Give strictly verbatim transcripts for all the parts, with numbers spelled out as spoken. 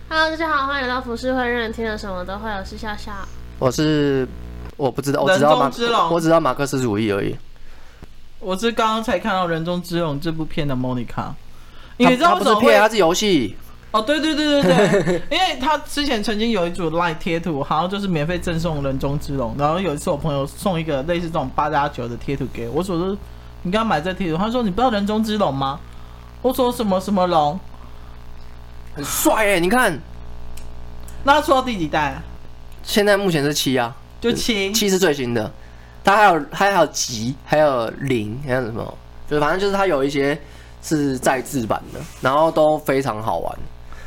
Hello， 大家好，欢迎来到浮世会，任人听了什么都会。我是笑笑， 我是我不知道，我知道马，我只知道马克思主义而已。 我是刚刚才看到《人中之龙》这部片的 Monica， 因为它不是片，它是游戏。 哦，对对对对对，因为他之前曾经有一组 LINE 贴图，好像就是免费赠送《人中之龙》，然后有一次我朋友送一个类似这种八加九的贴图给我，我说你刚刚买这贴图，他说你不知道《人中之龙》吗？我说什么什么龙， 很帅哎，你看。 那他出到第几代啊？ 现在目前是七啊， 就七， 七是最新的。它还有它还有级，还有零，还有什么？就是反正就是它有一些是再制版的，然后都非常好玩。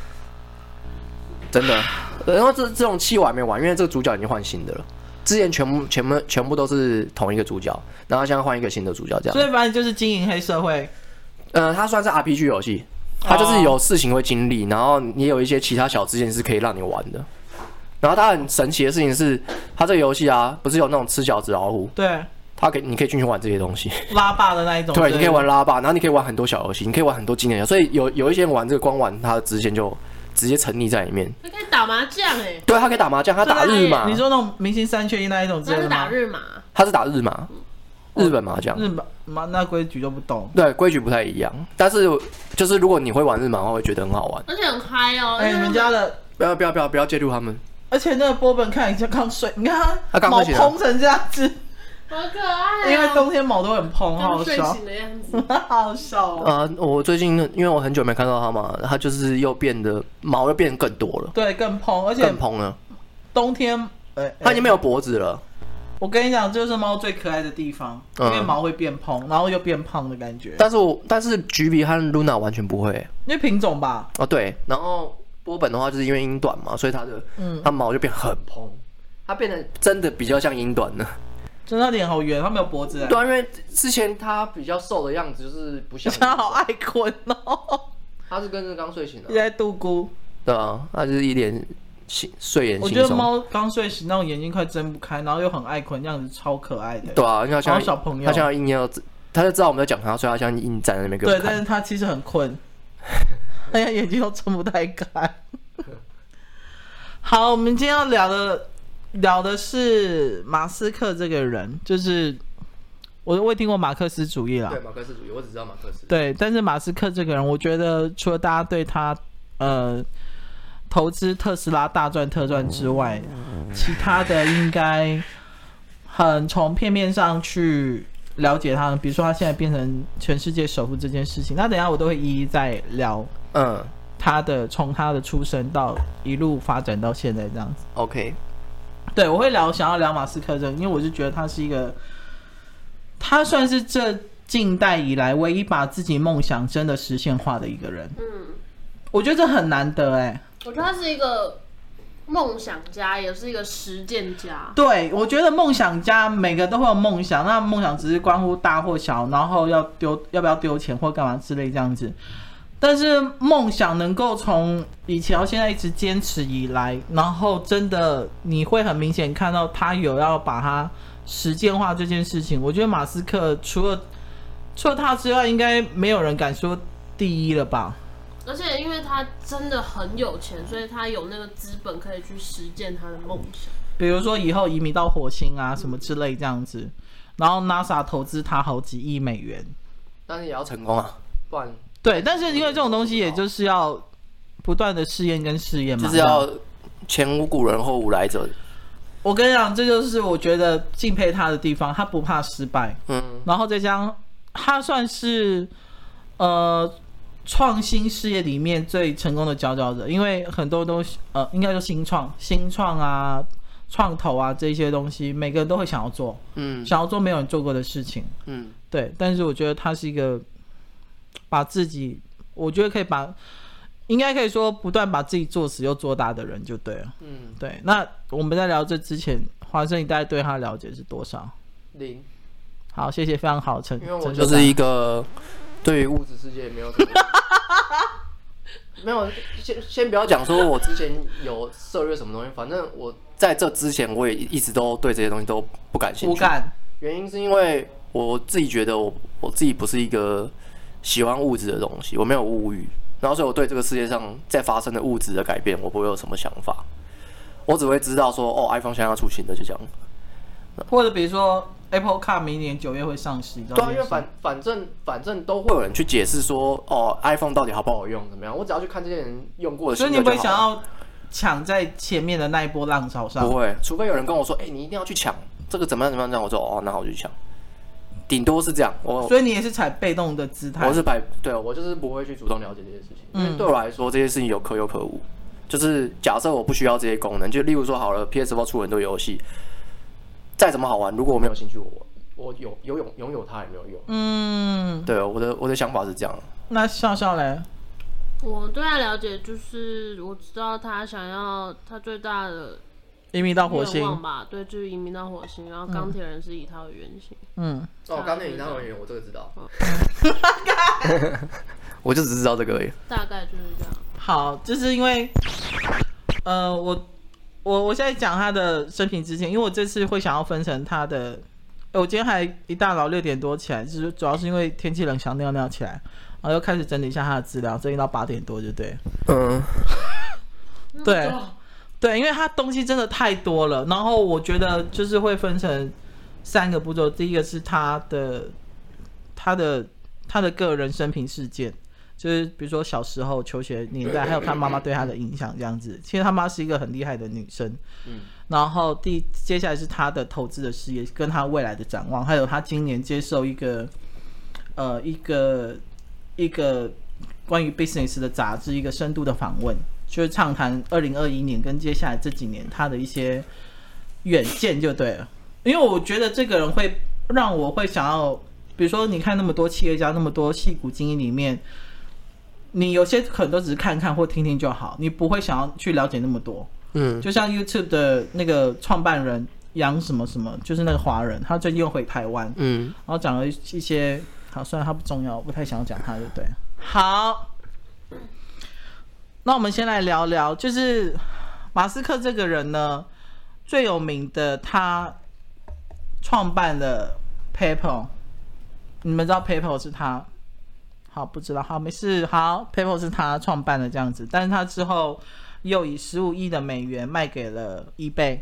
真的，然后这这种七我还没玩，因为这个主角已经换新的了。之前全部全部全部都是同一个主角，然后现在换一个新的主角，这样。 所以反正就是经营黑社会。 呃，它算是 R P G 游戏，它就是有事情会经历，然后你有一些其他小支线是可以让你玩的。然后它很神奇的事情是，它这个游戏啊，不是有那种吃饺子老虎？ 对。 它可以，你可以进去玩这些东西。 拉霸的那一种。 对，你可以玩拉霸，然后你可以玩很多小游戏，你可以玩很多经典游戏。所以有有一些人玩这个，光玩它的支线就直接沉溺在里面。 它可以打麻将哎、欸。 对，它可以打麻将，它打日麻。 你说那种明星三缺一那一种之类的吗？ 它是打日麻。 它是打日麻，日本麻将。 日麻那规矩都不懂。 对，规矩不太一样。但是就是如果你会玩日麻的话，会觉得很好玩， 而且很嗨哦。 哎、欸，你们家的不要不要不要不要介入他们。 而且那个波本看一下刚睡，你看他毛蓬成这样子。 好可爱、哦！ 因为冬天毛都很蓬， 好笑。的样子， 好笑、哦。 啊、呃，我最近因为我很久没看到它嘛，它就是又变得毛又变得更多了。 对，更蓬，而且更蓬了。 冬天，欸欸、 它已经没有脖子了。 我跟你讲，这就是猫最可爱的地方，因为毛会变蓬，然后又变胖的感觉。 但是我但是橘比和 Luna 完全不会， 因为品种吧。 哦，对，然后波本的话就是因为英短嘛，所以它的嗯，它毛就变很蓬，它变得真的比较像英短了。 真的脸好圆，它没有脖子、欸。 对、啊，因为之前它比较瘦的样子就是不像。 它好爱困哦。 它是跟着刚睡醒的、啊。 你在度孤。 对啊，它就是一脸睡眼惺忪。 我觉得猫刚睡醒，那种眼睛快睁不开，然后又很爱困，这样子超可爱的、欸。 对啊，因为它像小朋友， 它像硬要，它就知道我们在讲它，所以它像硬站在那边给我看。 对，但是它其实很困，哎呀，眼睛都睁不太开。好，我们今天要聊的。聊的是马斯克这个人，就是我我也听过马克思主义啦， 对马克思主义，我只知道马克思。 对，但是马斯克这个人，我觉得除了大家对他呃投资特斯拉大赚特赚之外，其他的应该很从片面上去了解他，比如说他现在变成全世界首富这件事情，那等一下我都会一一再聊。嗯，他的从他的出生到一路发展到现在这样子。 OK。 对，我会聊，想要聊马斯克这，因为我就觉得他是一个，他算是这近代以来唯一把自己梦想真的实现化的一个人。嗯，我觉得这很难得哎。 我觉得他是一个梦想家，也是一个实践家。 对，我觉得梦想家每个都会有梦想，那梦想只是关乎大或小，然后要丢要不要丢钱或干嘛之类这样子。但是梦想能够从以前到现在一直坚持以来，然后真的你会很明显看到他有要把它实践化这件事情。我觉得马斯克除了除了他之外，应该没有人敢说第一了吧。 而且因为他真的很有钱，所以他有那个资本可以去实践他的梦想。 比如说以后移民到火星啊什么之类这样子，然后 NASA 投资他好几亿美元。 但是也要成功啊，不然。 对，但是因为这种东西，也就是要不断的试验跟试验嘛， 就是要前无古人后无来者。 我跟你讲，这就是我觉得敬佩他的地方，他不怕失败，嗯，然后再加上他算是呃创新事业里面最成功的佼佼者，因为很多东西呃应该说新创、新创啊、创投啊这些东西，每个人都会想要做，嗯，想要做没有人做过的事情，嗯，对，但是我觉得他是一个。把自己，我觉得可以把，应该可以说不断把自己做死又做大的人就对了。嗯，对。那我们在聊这之前，华生，你大概对他了解是多少？ 零。 好，谢谢，非常好，陈。 因为我就是一个对于物质世界没有什么，没有先先不要讲说我之前有涉猎什么东西，反正我在这之前我也一直都对这些东西都不感兴趣。 不感。 原因是因为我自己觉得我我自己不是一个喜欢物质的东西，我没有物欲， 然后所以我对这个世界上在发生的物质的改变，我不会有什么想法，我只会知道说，哦 ，iPhone 现在要出新的，就这样。 或者比如说 Apple Car 明年九月会上市，你知道对啊，因为反反正反正都会有人去解释说，哦 ，iPhone 到底好不好用，怎么样？我只要去看这些人用过的新的就好了。 所以你不会想要抢在前面的那一波浪潮上？ 不会，除非有人跟我说，哎、欸，你一定要去抢这个怎么样怎么样这样，我说哦，那我就去抢。顶多是这样，我所以你也是采被动的姿态。 我是摆对，我就是不会去主动了解这些事情，因为对我来说这些事情有可有可无。就是假设我不需要这些功能，就例如说好了 ，P S 四 出很多游戏，再怎么好玩，如果我没有兴趣，我我有有拥拥有它也没有用。嗯，对，我的我的想法是这样。 那笑笑嘞？ 我对他了解就是我知道他想要他最大的移民到火星吧，对，就是移民到火星，然后钢铁人是以他为原型。 嗯， 哦，钢铁人以他为原型，我这个知道。我就只知道这个而已。 大概就是这样。 好，就是因为，呃，我我我现在讲他的生平之前，因为我这次会想要分成他的，我今天还一大早六点多起来，就是主要是因为天气冷想尿尿起来，然后又开始整理一下他的资料，整理到八点多就对。嗯，对。对，因为它东西真的太多了，然后我觉得就是会分成三个步骤。第一个是他的他的他的个人生平事件，就是比如说小时候求学年代，还有他妈妈对他的影响这样子。其实他妈是一个很厉害的女生，嗯，然后第接下来是他的投资的事业，跟他未来的展望，还有他今年接受一个呃一个一个关于 business 的杂志一个深度的访问。就是畅谈二零二一年跟接下来这几年他的一些远见就对了，因为我觉得这个人会让我会想要，比如说你看那么多企业家，那么多矽谷精英里面，你有些可能都只是看看或听听就好，你不会想要去了解那么多。嗯，就像 YouTube 的那个创办人杨什么什么，就是那个华人，他最近又回台湾，嗯，然后讲了一些，好，虽然他不重要，我不太想要讲他，对不对？好。那我们先来聊聊，就是马斯克这个人呢，最有名的他创办了 PayPal， 你们知道 PayPal 是他？好，不知道，好，没事，好 ，PayPal 是他创办的这样子，但是他之后又以十五亿的美元卖给了 eBay。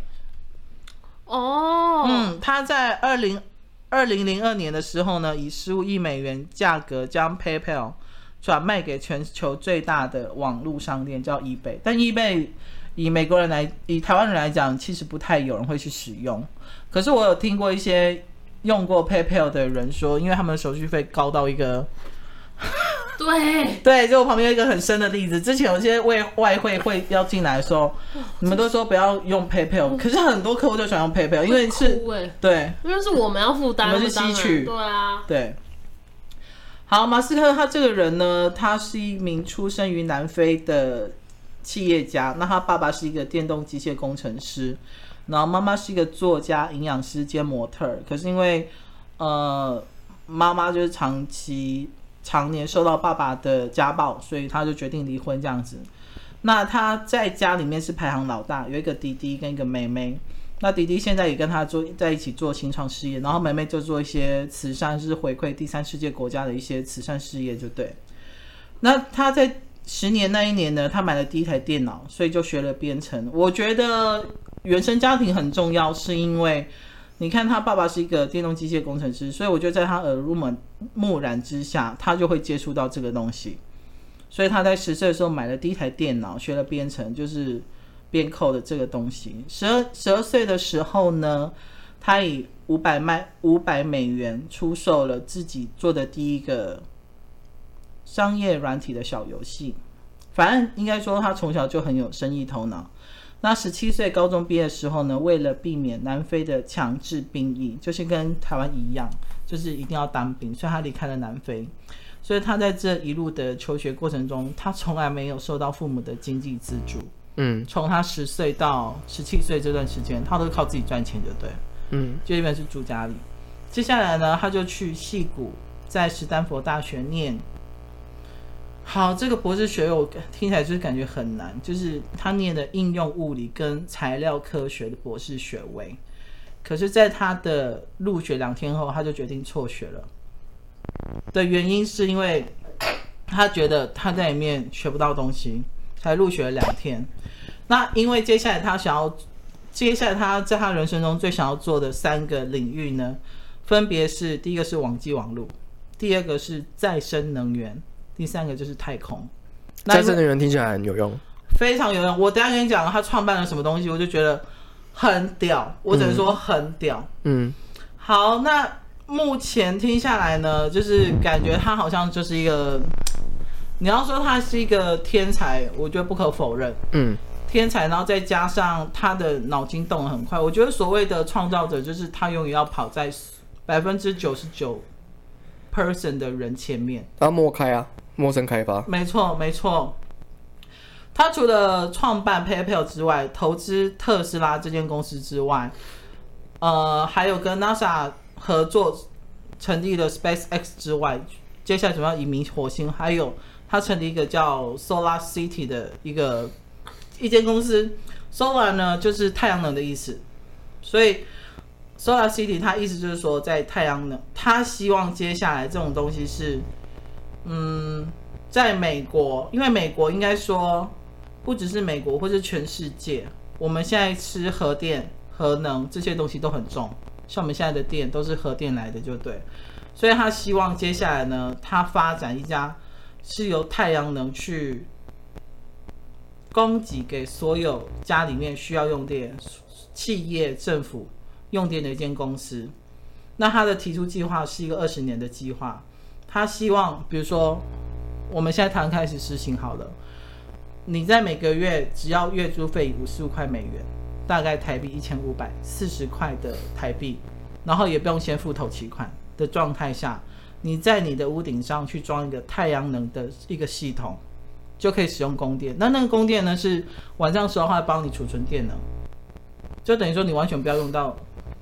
哦，嗯，他在二零二零零二年的时候呢，以十五亿美元价格将 PayPal转卖给全球最大的网络商店叫 eBay， 但 eBay 以美国人来，以台湾人来讲，其实不太有人会去使用。可是我有听过一些用过 PayPal 的人说，因为他们的手续费高到一个， 对对，就我旁边有一个很深的例子，之前有些外外汇会要进来的时候，你们都说不要用 PayPal， 可是很多客户就喜欢用 PayPal， 因为是，对， 因为是我们要负担， 我们是吸取， 对啊， 对。好，马斯克他这个人呢，他是一名出生于南非的企业家。那他爸爸是一个电动机械工程师，然后妈妈是一个作家、营养师兼模特儿。可是因为呃妈妈就是长期常年受到爸爸的家暴，所以他就决定离婚这样子。那他在家里面是排行老大，有一个弟弟跟一个妹妹。那弟弟现在也跟他做在一起做新创事业，然后妹妹就做一些慈善，是回馈第三世界国家的一些慈善事业，就对。那他在十年那一年呢，他买了第一台电脑，所以就学了编程。我觉得原生家庭很重要，是因为你看他爸爸是一个电动机械工程师，所以我觉得在他耳濡目染之下，他就会接触到这个东西。所以他在十岁的时候买了第一台电脑，学了编程，就是编扣的这个东西。十二十二岁的时候呢，他以五百卖五百美元出售了自己做的第一个商业软体的小游戏。反正应该说他从小就很有生意头脑。那十七岁高中毕业的时候呢，为了避免南非的强制兵役，就是跟台湾一样，就是一定要当兵，所以他离开了南非。所以他在这一路的求学过程中，他从来没有受到父母的经济资助。嗯，从他十岁到十七岁这段时间，他都靠自己赚钱，就对。嗯，就一般是住家里。接下来呢，他就去矽谷，在史丹佛大学念。好，这个博士学位我听起来就是感觉很难，就是他念的应用物理跟材料科学的博士学位。可是，在他的入学两天后，他就决定辍学了。的原因是因为他觉得他在里面学不到东西，才入学了两天。那因为接下来他想要，接下来他在他人生中最想要做的三个领域呢，分别是第一个是网际网络，第二个是再生能源，第三个就是太空。 再生能源听起来很有用， 非常有用。我等一下跟你讲他创办了什么东西，我就觉得很屌，我只能说很屌。嗯，好，那目前听下来呢，就是感觉他好像就是一个，你要说他是一个天才，我觉得不可否认。嗯，天才，然后再加上他的脑筋动得很快，我觉得所谓的创造者就是他永远要跑在百分之九十九 percent 的人前面。 他默开啊，陌生开发。 没错，没错。他除了创办 PayPal 之外，投资特斯拉这间公司之外，呃，还有跟 NASA 合作成立了 SpaceX 之外，接下来准备要移民火星，还有他成立一个叫 Solar City 的一个一间公司。Solar 呢就是太阳能的意思，所以 Solar City 它意思就是说在太阳能，他希望接下来这种东西是，嗯，在美国，因为美国应该说不只是美国，或是全世界，我们现在吃核电、核能这些东西都很重，像我们现在的电都是核电来的，就对。所以他希望接下来呢，他发展一家是由太阳能去供给给所有家里面需要用电、企业、政府用电的一间公司。那他的提出计划是一个二十年的计划，他希望，比如说我们现在谈开始实行好了。你在每个月只要月租费五十五块美元，大概台币一千五百四十块的台币，然后也不用先付头期款的状态下，你在你的屋顶上去装一个太阳能的一个系统，就可以使用供电。那那个供电呢，是晚上时候会帮你储存电能，就等于说你完全不要用到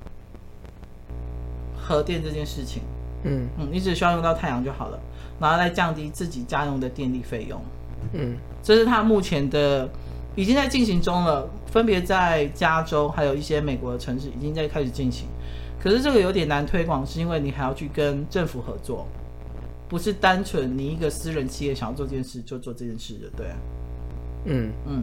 核电这件事情。嗯嗯，你只需要用到太阳就好了，然后再降低自己家用的电力费用。嗯，这是他目前的已经在进行中了，分别在加州还有一些美国的城市已经在开始进行。可是这个有点难推广，是因为你还要去跟政府合作，不是单纯你一个私人企业想要做这件事就做这件事的，对啊。嗯嗯。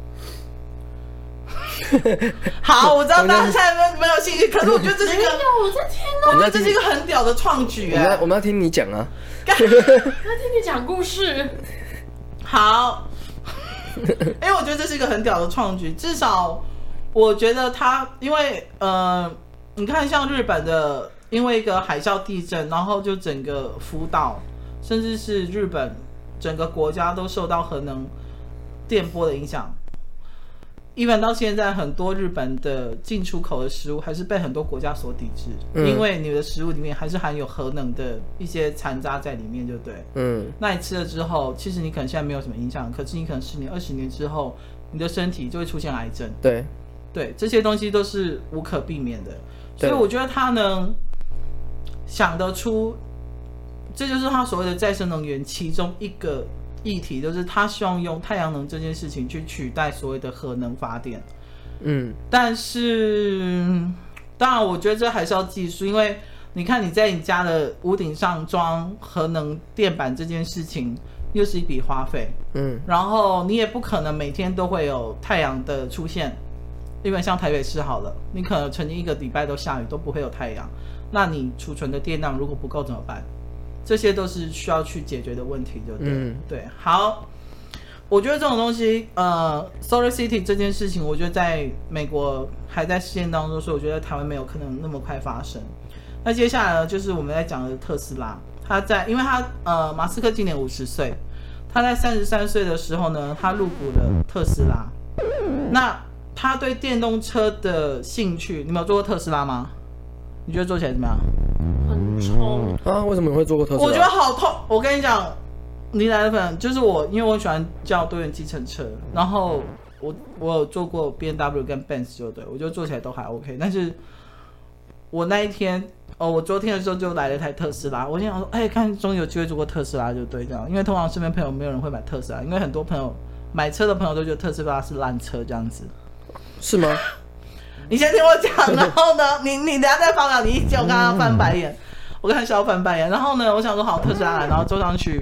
好，我知道大家现在没有兴趣，可是我觉得这是一个， 我在听哦， 我觉得这是一个很屌的创举哎、 欸。我们要听你讲啊， 要听你讲故事。 好，因为我觉得这是一个很屌的创举，至少我觉得他，因为呃，你看像日本的，因为一个海啸地震，然后就整个福岛，甚至是日本整个国家都受到核能电波的影响。even 到现在，很多日本的进出口的食物还是被很多国家所抵制，嗯、因为你的食物里面还是含有核能的一些残渣在里面，就对。嗯。那你吃了之后，其实你可能现在没有什么影响，可是你可能十年、二十年之后，你的身体就会出现癌症。 对。 对，这些东西都是无可避免的，所以我觉得他能想得出，这就是他所谓的再生能源其中一个议题，就是他希望用太阳能这件事情去取代所谓的核能发电。嗯，但是当然我觉得这还是要技术，因为你看你在你家的屋顶上装核能电板这件事情又是一笔花费。嗯，然后你也不可能每天都会有太阳的出现，因为像台北市好了，你可能曾经一个礼拜都下雨都不会有太阳，那你储存的电量如果不够怎么办？这些都是需要去解决的问题，对不对？嗯，对。好，我觉得这种东西，呃 ，Solar City 这件事情，我觉得在美国还在实验当中，所以我觉得台湾没有可能那么快发生。那接下来呢，就是我们在讲的特斯拉，他在，因为他呃，马斯克今年五十岁，他在三十三岁的时候呢，他入股了特斯拉。那他对电动车的兴趣，你们有坐过特斯拉吗？你觉得坐起来怎么样？ 很冲啊！为什么你会坐过特斯拉？ 我觉得好痛。我跟你讲，你来的粉就是我，因为我喜欢叫多元计程车，然后我我有坐过 B M W 跟 Benz 就对，我觉得坐起来都还 OK。但是我那一天哦，我昨天的时候就来了一台特斯拉，我想说，哎，看终于有机会坐过特斯拉就对这样，因为通常身边朋友没有人会买特斯拉，因为很多朋友买车的朋友都觉得特斯拉是烂车这样子。 是吗？ 你先听我讲，然后呢，你你等一下再发表你意见，我刚刚翻白眼，我刚才笑翻白眼。然后呢，我想说好特斯拉来，然后坐上去，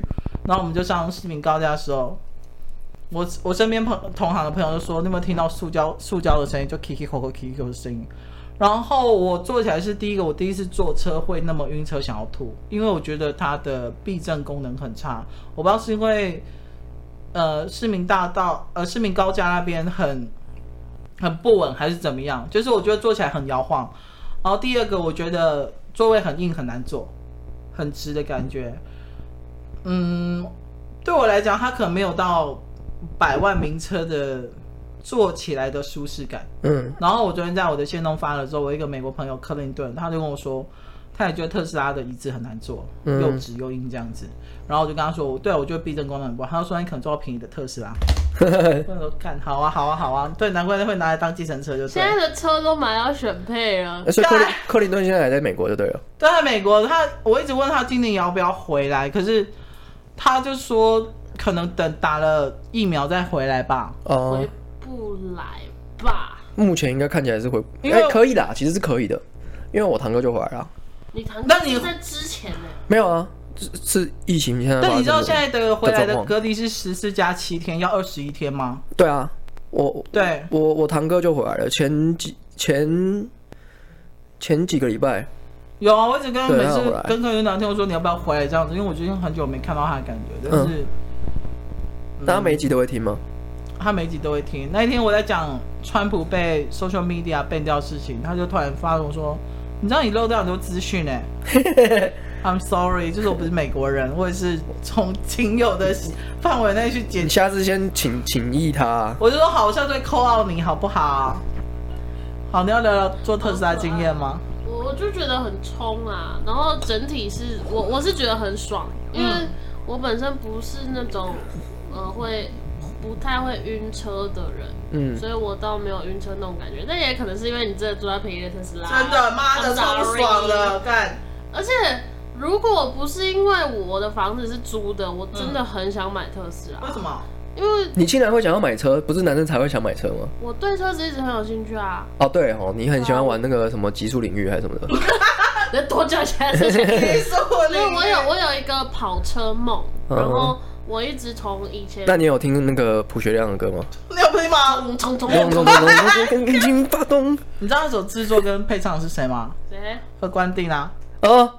然后我们就上市民高架的时候，我我身边朋同行的朋友就说，你有没有听到塑胶塑胶的声音，就 kiki koko kiki koko 的声音。然后我坐起来是第一个，我第一次坐车会那么晕车想要吐，因为我觉得它的避震功能很差。我不知道是因为呃市民大道呃市民高架那边很很不稳还是怎么样，就是我觉得坐起来很摇晃。然后第二个，我觉得座位很硬很难坐，很直的感觉。嗯，对我来讲，它可能没有到百万名车的坐起来的舒适感。嗯，然后我昨天在我的线动发了之后，我一个美国朋友克林顿，他就跟我说，他也觉得特斯拉的椅子很难坐，嗯、又直又硬这样子。然后我就跟他说，对，我觉得避震功能很不好。他就说你可能坐到便宜的特斯拉。我说看好啊好啊好啊，对，难怪会拿来当计程车就对。 现在的车都买到选配了， 所以克林克林顿现在还在美国就对了。 对，在美国，他我一直问他今年要不要回来，可是他就说可能等打了疫苗再回来吧。 哦、 回不来吧？ 目前应该看起来是回，哎、欸，可以的，其实是可以的，因为我堂哥就回来了。 你堂哥是在之前呢？ 没有啊。是疫情现在， 但你知道现在的回来的隔离是十四加七天，要二十一天吗？ 对啊，我对我我堂哥就回来了，前几前前几个礼拜有啊，我一直跟每次跟客人聊天，我说你要不要回来这样子，因为我最近很久没看到他的感觉，但是，嗯那、嗯、他每一集都会听吗？ 他每一集都会听。那一天我在讲川普被 social media ban 掉的事情，他就突然发我说，你知道你漏掉很多资讯哎。I'm sorry， 就是我不是美国人，我也是从仅有的范围内去解。 你下次先请请益他、啊。 我就说好，我下次会call out你好不好？好，你要聊聊做特斯拉经验吗？ 我就觉得很冲啊，然后整体是我我是觉得很爽，因为我本身不是那种呃会不太会晕车的人，嗯，所以我倒没有晕车那种感觉。但也可能是因为你真的坐在便宜的特斯拉， 真的妈的超爽的，干！ 而且。如果不是因为我的房子是租的，我真的很想买特斯拉。 为什么？ 因为你竟然会想要买车，不是男生才会想买车吗？ 我对车子一直很有兴趣啊。 哦，对哦，你很喜欢玩那个什么极速领域还是什么的。 你多久前的事情？ 极速领域。 我有我有一个跑车梦，然后我一直从以前。 那你有听那个朴学亮的歌吗？ 你有听吗？ 冲冲冲冲冲冲！引擎发动。 你知道那首制作跟配唱的是谁吗？ 谁？ 何冠定啊。 哦。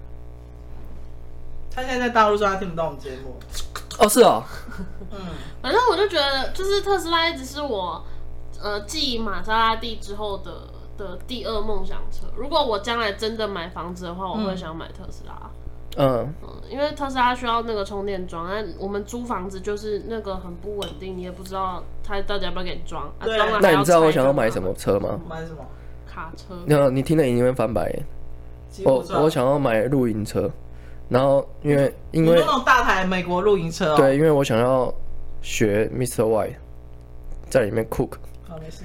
他现在在大陆说他听不到我们节目。 哦，是哦。 嗯，反正我就觉得，就是特斯拉一直是我，呃，继玛莎拉蒂之后的的第二梦想车。如果我将来真的买房子的话，我会想买特斯拉。嗯嗯，因为特斯拉需要那个充电桩，那我们租房子就是那个很不稳定，你也不知道他到底要不要给你装。啊、 对。 那你知道我想要买什么车吗？ 买什么？ 卡车。 那你听了一定会翻白眼。我我想要买露营车。然后因为因为那种大台美国露营车、哦、 对，因为我想要学 mister White 在里面 cook。 好，没事。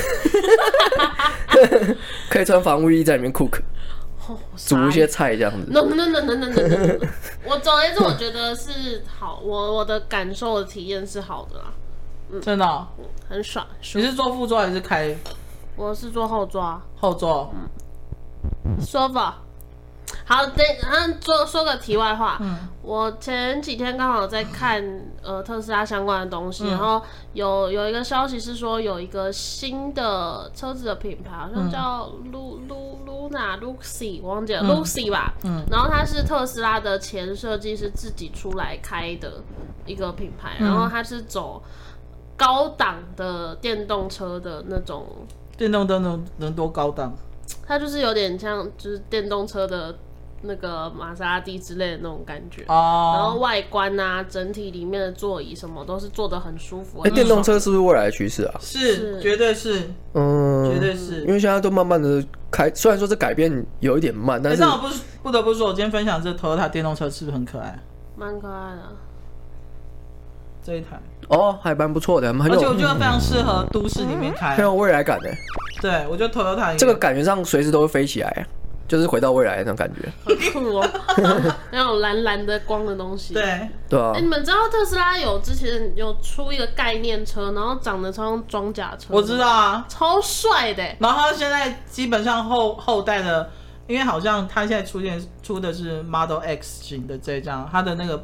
可以穿防护衣在里面 cook， 煮一些菜这样子。 no no no no no no no。我总而言之，我觉得是好，我我的感受的体验是好的啦。 嗯、真的、哦嗯，很爽。 你是坐副座还是开？ 我是坐后座。 后座。 嗯。说吧。好，等嗯，说说个题外话，嗯、我前几天刚好在看呃特斯拉相关的东西，嗯、然后有有一个消息是说有一个新的车子的品牌，好像叫 Lu Lu Luna Lucy， 我忘记了、嗯、Lucy 吧，嗯，然后它是特斯拉的前设计师自己出来开的一个品牌，嗯、然后它是走高档的电动车的那种， 电动车能能多高档？ 它就是有点像就是电动车的那个玛莎拉蒂之类的那种感觉， 哦、 然后外观啊，整体里面的座椅什么都是做得很舒服。 哎、欸，电动车是不是未来的趋势啊？ 是，是绝对是， 嗯， 绝对是。 因为现在都慢慢的开，虽然说这改变有一点慢，但是， 欸、但我不不得不说，我今天分享这 Toyota 电动车是不是很可爱？ 蛮可爱的。 这一台哦，还蛮不错的，很有， 而且我觉得非常适合都市里面开， 很有未来感的。 对，我觉得 Toyota 这个感觉上随时都会飞起来，就是回到未来的那种感觉， 很酷哦，那种蓝蓝的光的东西。 对对啊、 欸，你们知道特斯拉有之前有出一个概念车，然后长得超像装甲车。 我知道啊， 超帅的。 然后它现在基本上后后代的，因为好像它现在出现出的是 Model X 型的这张，它的那个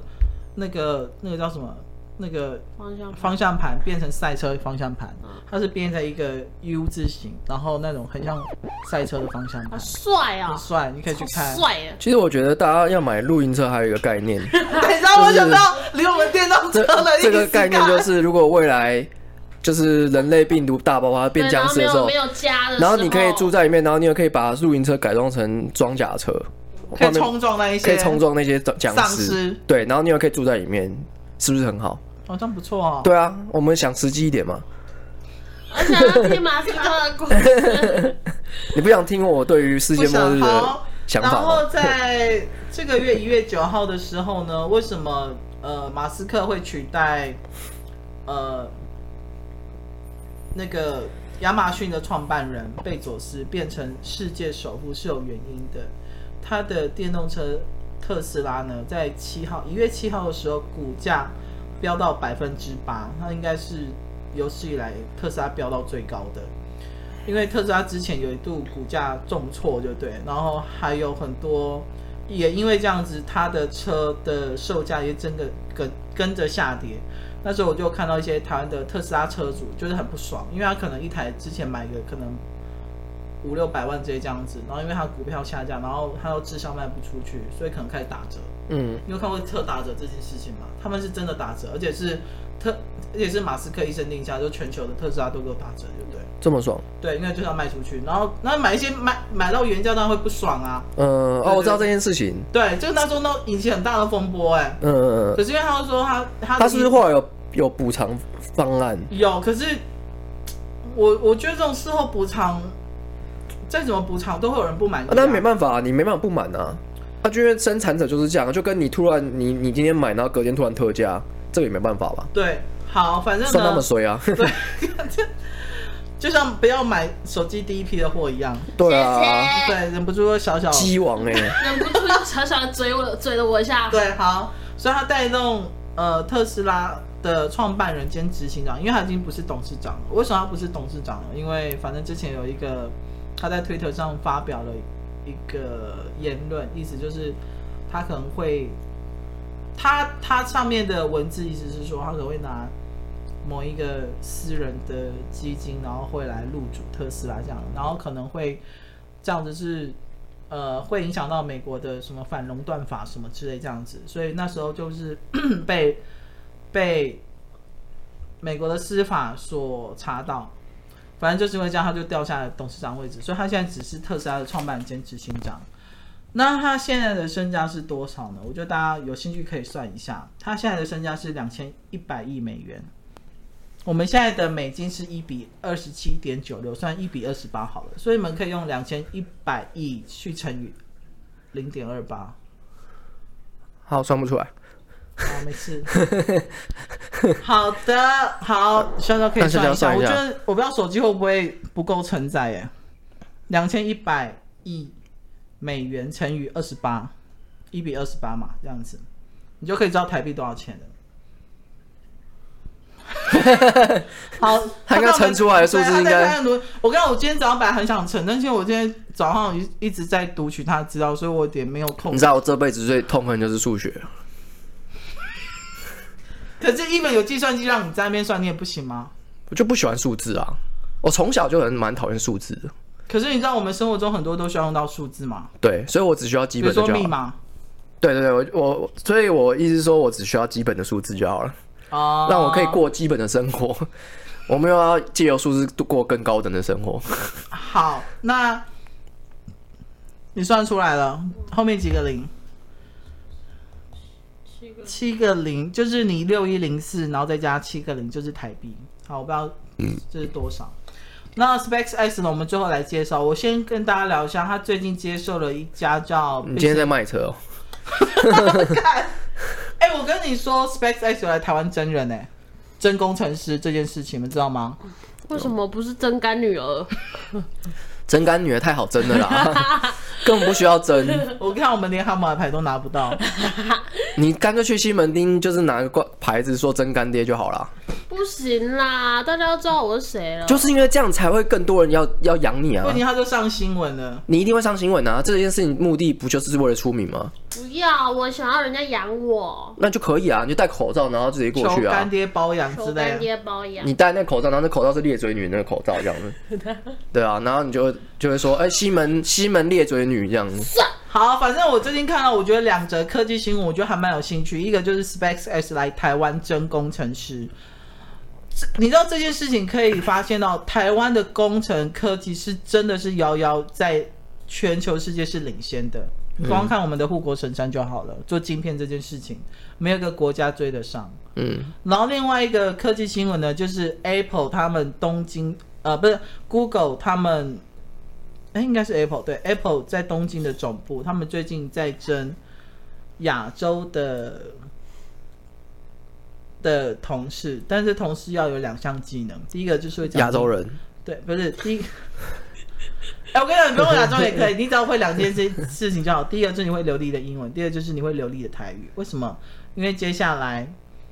那个那个叫什么？那个方向方向盘变成赛车方向盘，它是变成一个 U 字形，然后那种很像赛车的方向盘， 好帅啊！ 很帅，你可以去看。 帅啊！ 其实我觉得大家要买露营车，还有一个概念， 等一下，我想到离我们电动车的这个概念就是，如果未来就是人类病毒大爆发变僵尸的时候， 没有家的时候， 然后你可以住在里面，然后你也可以把露营车改装成装甲车， 可以冲撞那一些， 可以冲撞那些僵尸，对，然后你也可以住在里面，是不是很好？ 好像不错哦。 对啊，我们想实际一点嘛。 而且要听马斯克的故事。 你不想听我对于世界末日的想法吗？ 然后在这个月一月九号的时候呢，为什么呃马斯克会取代呃那个亚马逊的创办人贝佐斯变成世界首富是有原因的。他的电动车特斯拉呢，在七号一月七号的时候，股价飙到百分之八，它应该是有史以来特斯拉飙到最高的。因为特斯拉之前有一度股价重挫，就对，然后还有很多，也因为这样子，它的车的售价也真的跟跟着下跌。那时候我就看到一些台湾的特斯拉车主就是很不爽，因为他可能一台之前买个可能五六百万这些这样子，然后因为他股票下降，然后他又滞销卖不出去，所以可能开始打折。嗯，你有看过特打折这件事情吗？他们是真的打折，而且是特，而且是马斯克一声令下，就全球的特斯拉都给我打折，对不对？ 这么爽？ 对，因为就是要卖出去，然后那买一些买买到原价当然会不爽啊。 嗯，哦，我知道这件事情。 对，就那时候那引起很大的风波，哎。嗯嗯嗯。可是因为他说他他他是不是后来有有补偿方案？ 有，可是我我觉得这种事后补偿。再怎么补偿都会有人不满意、啊， 但、啊、没办法，你没办法不满啊。他、啊、因为生产者就是这样，就跟你突然你你今天买，然后隔天突然特价，这个也没办法吧？ 对，好，反正呢算那么衰啊。 对，就像不要买手机第一批的货一样。 对啊， 对，忍不住小小鸡王哎、欸， 忍不住小小的追我追了我一下。 对，好，所以他带动呃特斯拉的创办人兼执行长，因为他已经不是董事长了。为什么他不是董事长了？因为反正之前有一个。他在推特上发表了一个言论，意思就是他可能会，他他上面的文字意思是说，他可能会拿某一个私人的基金，然后会来入主特斯拉这样，然后可能会这样子是呃会影响到美国的什么反垄断法什么之类这样子，所以那时候就是被被美国的司法所查到。反正就是因为这样，他就掉下了董事长位置，所以他现在只是特斯拉的创办人兼执行长。那他现在的身价是多少呢？我觉得大家有兴趣可以算一下，他现在的身价是两千一百亿美元。我们现在的美金是一比二十七点九六，算一比二十八好了，所以你们可以用两千一百亿去乘以零点二八。 好，算不出来。 好，没事。好的，好，小小可以算一下。我觉得我不知道手机会不会不够承载耶。两千一百亿美元乘以二十八，一比二十八嘛，这样子，你就可以知道台币多少钱了。好， 他应该乘出来的数字应该。 我刚刚我今天早上本来很想乘，但是我今天早上一一直在读取他的资料，所以我有点没有空。 你知道我这辈子最痛恨就是数学。 可是，even有计算机让你在那边算，你也不行吗？ 我就不喜欢数字啊！我从小就很蛮讨厌数字的。 可是你知道我们生活中很多都需要用到数字吗？ 对，所以我只需要基本的就好。 比如说密码。 对对对，我我所以我意思是说我只需要基本的数字就好了，哦，让我可以过基本的生活。我没有要借由数字过更高等的生活。 好，那你算出来了，后面几个零？七个零，就是你六一零四，然后再加七个零，就是台币。好，我不知道这是多少。嗯、那 SpaceX 呢？我们最后来介绍。我先跟大家聊一下，他最近接受了一家叫…… 你今天在卖车哦？ 哎、欸，我跟你说 ，SpaceX 有来台湾真人哎、欸，真工程师这件事情，你们知道吗？ 为什么不是真干女儿？ 真干女儿太好争了啦，根本不需要争。 我看我们连哈姆的牌都拿不到， 你干脆去西门町，就是拿个牌子说真干爹就好了。 不行啦，大家都知道我是谁了。 就是因为这样才会更多人要要养你啊。 问题他就上新闻了， 你一定会上新闻啊！这件事情目的不就是为了出名吗？ 不要，我想要人家养我。 那就可以啊，你就戴口罩，然后直接过去啊。 求干爹包养之类的。 求干爹包养。 你戴那个口罩，然后那口罩是咧嘴女那个口罩这样子。对啊，然后你就就会说，哎、欸，西门西门咧嘴女这样子。 好，反正我最近看到，我觉得两则科技新闻，我觉得还蛮有兴趣。一个就是 SpaceX 来台湾征工程师。你知道这件事情可以发现到，台湾的工程科技是真的是遥遥在全球世界是领先的。光看我们的护国神山就好了，做晶片这件事情，没有一个国家追得上。嗯，然后另外一个科技新闻呢，就是 Apple 他们东京，呃，不是 Google 他们，哎，应该是 Apple 对 Apple 在东京的总部，他们最近在争亚洲的的同事，但是同事要有两项技能，第一个就是会讲亚洲人， 对，不是第一。哎、欸，我跟你讲，你不用亚洲也可以，你只要会两件事事情就好。第一个就是你会流利的英文，第二个就是你会流利的台语。为什么？因为接下来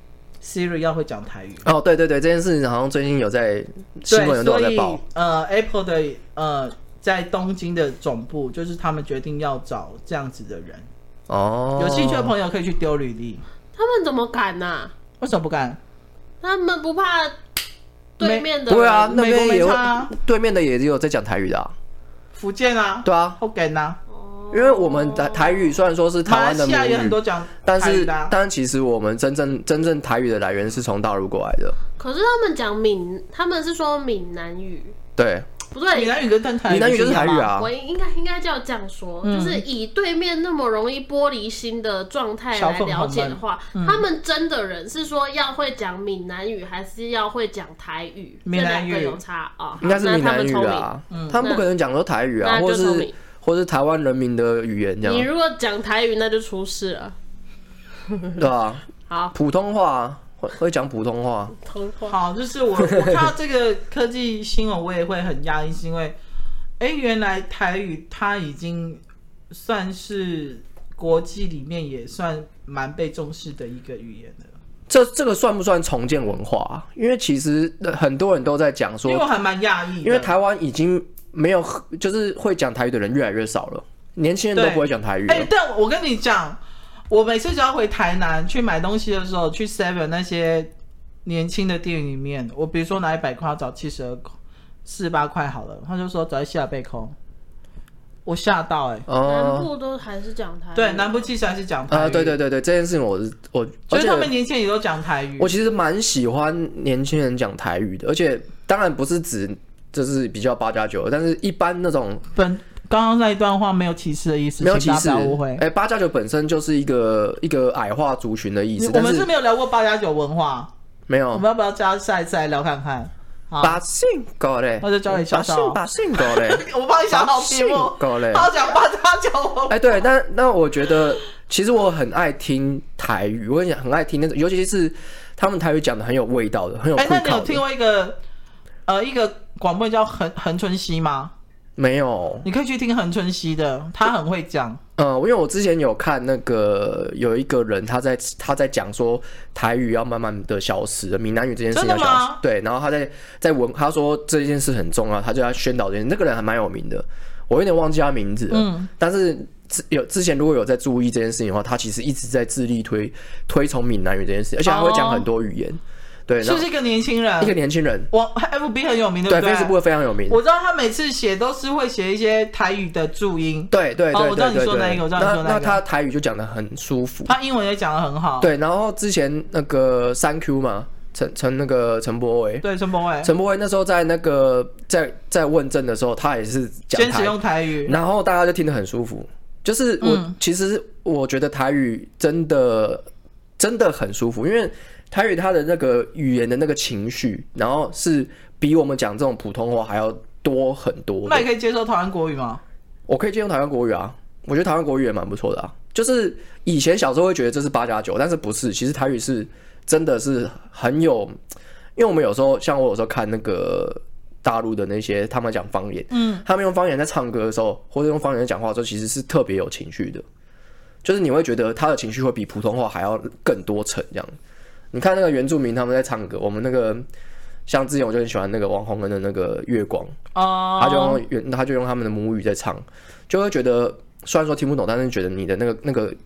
Siri 要会讲台语。 哦，对对对，这件事情好像最近有在新闻都有在报。 呃 ，Apple 的呃在东京的总部，就是他们决定要找这样子的人。哦，有兴趣的朋友可以去丢履历。 他们怎么敢呢、啊？ 为什么不敢？ 他们不怕对面的？ 对啊，那边也有、 啊、 对面的也有在讲台语的、啊。 福建啊， 对啊， 福建啊， 因为我们的台语虽然说是台湾的母语， 马来西亚也很多讲但是台语的、啊、 但是其实我们真正真正台语的来源是从大陆过来的。 可是他们讲闽，他们是说闽南语， 对， 不对？ 闽南语跟台语， 闽南语就是台语啊。 我应该应该叫这样说、嗯，就是以对面那么容易玻璃心的状态来了解的话、嗯，他们真的人是说要会讲闽南语，还是要会讲台语？ 闽南语这两个有差啊、哦？ 应该是闽南语啊，他们, 他们不可能讲说台语啊，或是或是台湾人民的语言这样。 你如果讲台语，那就出事了， 对啊。 好， 普通话。会讲普通话， 好，就是我我看到这个科技新闻，我也会很压抑，是因为，哎，原来台语它已经算是国际里面也算蛮被重视的一个语言了。 这这个算不算重建文化、啊？因为其实很多人都在讲说， 因为我还蛮讶异， 因为台湾已经没有，就是会讲台语的人越来越少了，年轻人都不会讲台语了。 哎，但我跟你讲。我每次只要回台南去买东西的时候，去 Seven 那些年轻的店里面，我比如说拿一百块找七十二四十八块好了，他就说找在西亚贝空，我吓到哎、 欸呃，南部都还是讲台语， 对，南部其实还是讲台语啊、 呃，对对对对，这件事情我是我， 所以他们年轻人也都讲台语。 我其实蛮喜欢年轻人讲台语的，而且当然不是指就是比较八加九，但是一般那种本。刚刚那一段话没有歧视的意思， 没有歧视， 误会。 哎，八加九本身就是一个一个矮化族群的意思。 我们是没有聊过八加九文化， 没有。 我们要不要加下一次来聊看看？ 把姓搞嘞， 那就交给小小。 把姓搞嘞， 我帮你想好题目。 搞嘞， 他讲八加九文化。 哎，对，但那我觉得其实我很爱听台语，我很很爱听那种，尤其是他们台语讲的很有味道的，很有。哎， 那你有听过一个呃一个广播叫恒恒春熙吗？ 没有， 你可以去听恒春熙的，他很会讲。 呃，因为我之前有看那个有一个人他在他在讲说台语要慢慢的消失，闽南语这件事情要消失。对，然后他在在文他说这件事很重要，他就要宣导这件事。那个人还蛮有名的，我有点忘记他名字了。嗯，但是有之前如果有在注意这件事情的话，他其实一直在致力推推崇闽南语这件事，而且他会讲很多语言。哦，对， 就是一个年轻人， 一个年轻人， 我 F B 很有名，对不对？ 对 ，Facebook 非常有名。 我知道他每次写都是会写一些台语的注音。 对对对对对对。 我知道你说那一个，我知道你说那个。 那他台语就讲得很舒服， 他英文也讲得很好。 对，然后之前那个三 Q 嘛，陈陈那个陈柏惟， 对陈柏惟， 陈柏惟那时候在那个在在问政的时候，他也是讲先使用台语， 然后大家就听得很舒服。就是我、嗯、其实我觉得台语真的真的很舒服，因为台语它的那个语言的那个情绪，然后是比我们讲这种普通话还要多很多的。 那你可以接受台湾国语吗？ 我可以接受台湾国语啊，我觉得台湾国语也蛮不错的啊。就是以前小时候会觉得这是八加九，但是不是，其实台语是真的是很有，因为我们有时候像我有时候看那个大陆的那些他们讲方言，嗯，他们用方言在唱歌的时候，或者用方言在讲话的时候，其实是特别有情绪的，就是你会觉得他的情绪会比普通话还要更多层这样。你看那个原住民他们在唱歌，我们那个像之前我就很喜欢那个王洪恩的那个月光，哦，他就用他就用他们的母语在唱，就会觉得虽然说听不懂，但是觉得你的那个那个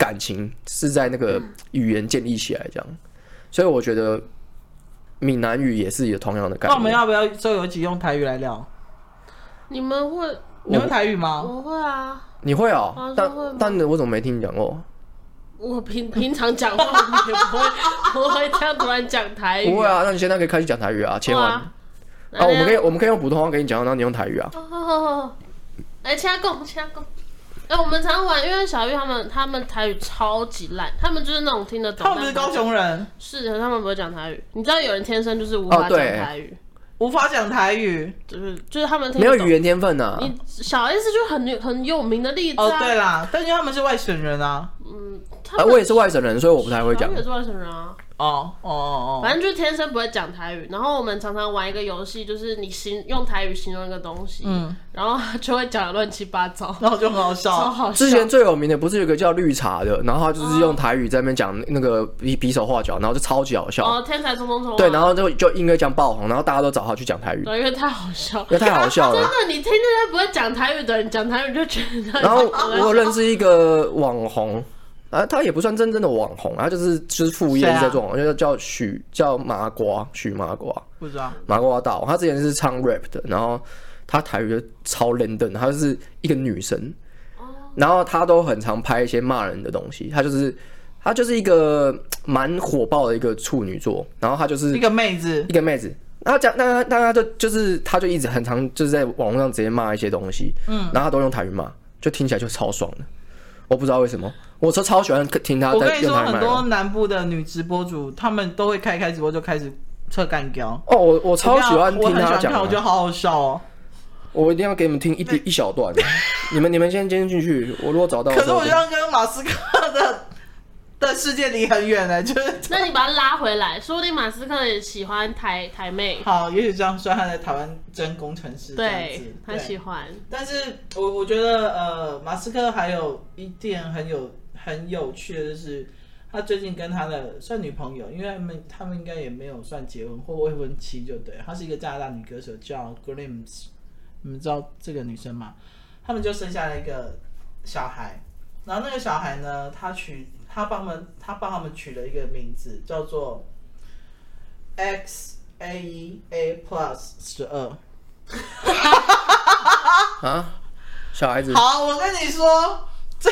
感情是在那个语言建立起来这样，所以我觉得闽南语也是有同样的概念。 那我们要不要之后有一集用台语来聊？ 你们会？ 你会台语吗？ 我会啊。 你会哦、喔？但会但我怎么没听你讲过？ 我平平常讲话也不会不会这样突然讲台语、啊。 不会啊，那你现在可以开始讲台语啊，切换。啊，啊我们可以我们可以用普通话跟你讲，然后你用台语啊。 好好好好。哎，请讲，请讲。哎、欸，我们常玩，因为小玉他们他们台语超级烂，他们就是那种听得懂。 他们不是高雄人。 是的，他们不会讲台语。你知道有人天生就是无法讲台语。哦无法讲台语， 就是就是他们听没有语言天分啊。 你小 S 就很很有名的例子啊。 哦，对啦，但是他们是外省人啊。 嗯， 啊，我也是外省人，所以我不太会讲。 我也是外省人啊。 哦哦哦， 反正就是天生不会讲台语。然后我们常常玩一个游戏，就是你形用台语形容一个东西，嗯，然后他就会讲乱七八糟， 然后就很好笑， 超好笑。 之前最有名的不是有个叫绿茶的，然后他就是用台语在那边讲那个比比手画脚，然后就超级好笑。 哦，天才冲冲冲。 对，然后就就音乐这样爆红，然后大家都找他去讲台语。 对，因为太好笑， 因为太好笑了。 真的，你听那些不会讲台语的人讲台语就觉得。 然后我有认识一个网红。啊，他也不算真正的网红，他就是就是副业在做，就、啊、叫许叫麻瓜，许麻瓜， 不知道麻瓜道。他之前是唱 rap 的，然后他台语就超认真，他就是一个女生，哦、然后他都很常拍一些骂人的东西，他就是他就是一个蛮火爆的一个处女座，然后他就是一个妹子， 一个妹子。然后讲，那他他就就是他就一直很常就是在网络上直接骂一些东西，嗯，然后他都用台语骂，就听起来就超爽的。我不知道为什么，我说超喜欢听他在用台语骂。我跟你说， 很多南部的女直播主，他们都会开开直播就开始测干胶。 哦，我我超喜欢听他讲， 我觉得好好笑哦。 我一定要给你们听一一小段，你们你们先先进去，我如果找到。 可是我觉得跟马斯克的的世界离很远了，就是。 那你把他拉回来，说不定马斯克也喜欢台台妹。 好，也许这样说，他在台湾真工程师这样子， 对，他喜欢。 但是我我觉得呃，马斯克还有一点很有很有趣的就是，他最近跟他的算女朋友，因为他们他们应该也没有算结婚或未婚妻就对，她是一个加拿大女歌手叫 Grimes， 你们知道这个女生吗？他们就生下了一个小孩，然后那个小孩呢，他取。他帮他们，他帮他们取了一个名字，叫做 X A E A Plus 十二。 啊，小孩子。 好，我跟你说，这，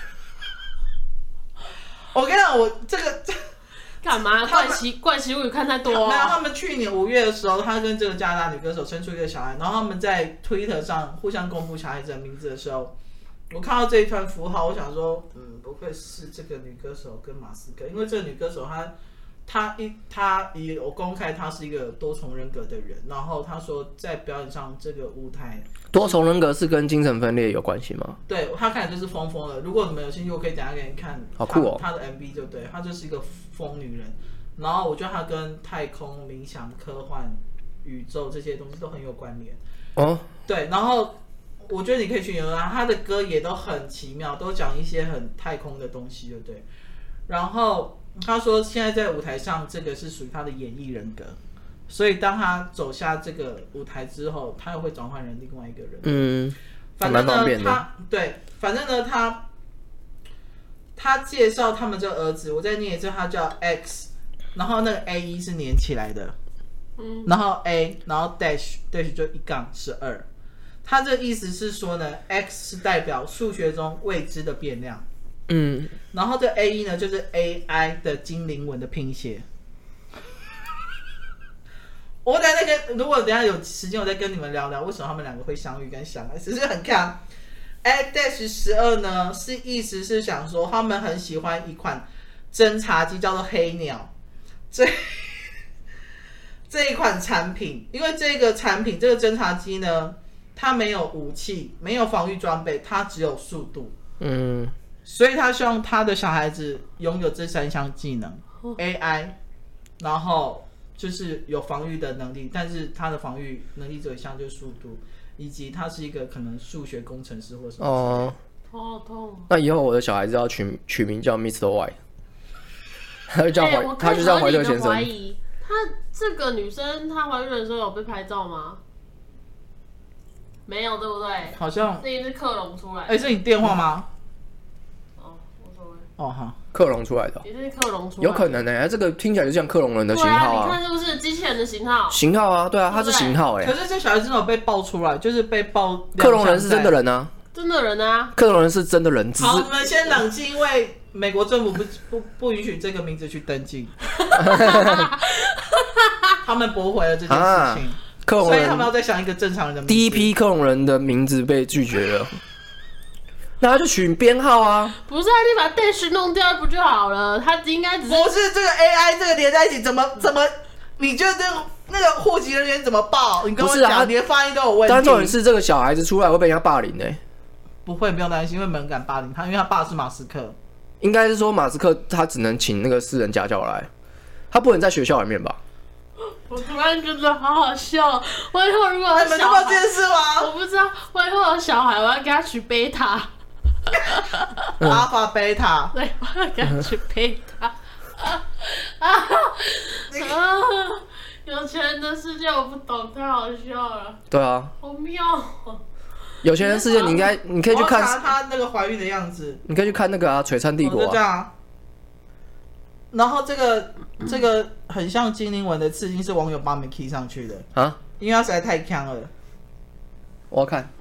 我跟你讲，我这个干嘛？怪奇怪奇物语看太多、哦。 没有，他们去年五月的时候，他跟这个加拿大女歌手生出一个小孩，然后他们在 Twitter 上互相公布小孩子的名字的时候。我看到这一串符号，我想说，嗯，不愧是这个女歌手跟马斯克，因为这个女歌手她，她一她也有公开，她是一个多重人格的人，然后她说在表演上这个舞台， 多重人格是跟精神分裂有关系吗？ 对，她看起来就是疯疯的。如果你们有兴趣，我可以等一下给你看， 好酷哦， 她的 M V 就对，她就是一个疯女人。然后我觉得她跟太空、冥想、科幻、宇宙这些东西都很有关联。哦，对，然后。我觉得你可以去研究他，他的歌也都很奇妙，都讲一些很太空的东西，对不对？然后他说，现在在舞台上，这个是属于他的演绎人格，所以当他走下这个舞台之后，他又会转换成另外一个人。嗯，反正呢，他对，反正呢，他他介绍他们这个儿子，我再念一次，他叫 X， 然后那个 A 一是连起来的，嗯，然后 A， 然后 dash dash 就一杠十二。他这个意思是说呢 ，X 是代表数学中未知的变量，嗯，然后这 A 一呢就是 A I 的精灵文的拼写。我等一下再跟，如果等一下有时间，我再跟你们聊聊为什么他们两个会相遇跟相爱，只是很看。A dash 十二呢是意思是想说他们很喜欢一款侦察机叫做黑鸟，这这一款产品，因为这个产品这个侦察机呢。他没有武器，没有防御装备，他只有速度。嗯，所以他希望他的小孩子拥有这三项技能、哦、：A I， 然后就是有防御的能力，但是他的防御能力只有一项就是速度，以及他是一个可能数学工程师或什么。哦， 好痛。 那以后我的小孩子要取取名叫 Mister White， 他就叫怀、欸，他就叫怀特先生。 怀疑他这个女生，她怀孕的时候有被拍照吗？没有，对不对？ 好像这一是克隆出来的。 哎、欸，是你电话吗？ 哦，无所谓。 哦哈， 克隆出来的， 也是克隆出来的， 有可能呢、欸。这个听起来就像克隆人的型号啊。 对啊，你看是不是机器人的型号？ 型号啊，对啊，它是型号哎、 欸。可是这小孩真的有被爆出来，就是被爆。 克隆人是真的人啊， 真的人啊， 克隆人是真的人。只是好，你们先冷静，因为美国政府不不不允许这个名字去登记，他们驳回了这件事情。啊克隆人，所以他们要再想一个正常人的名字。 第一批克隆人的名字被拒绝了，那他就取编号啊。 不是啊，你把 dash 弄掉不就好了？他应该只是不是这个 A I 这个连在一起，怎么怎么？你觉得这个那个户籍人员怎么报？你跟我讲，啊、连发音都有问题。 但重点是这个小孩子出来会被人家霸凌呢、欸。 不会，不用担心，因为没人敢霸凌他，因为他爸是马斯克。 应该是说马斯克他只能请那个私人家教来，他不能在学校里面吧？ 我突然觉得好好笑，我以后如果有小孩， 这件事吗？ 我不知道，我以後有小孩，我要给他取貝塔， 阿法貝塔， 对，我要给他取貝塔。啊啊！有钱人的世界我不懂，太好笑了。 对啊， 好妙、哦。 有钱人世界，你应该你可以去看她那个怀孕的样子， 你可以去看那个啊，《璀璨帝国、啊》 哦。就这样。然后这个这个很像精灵文的刺青是网友帮我们 key 上去的啊，因为它实在太强了。 我要看，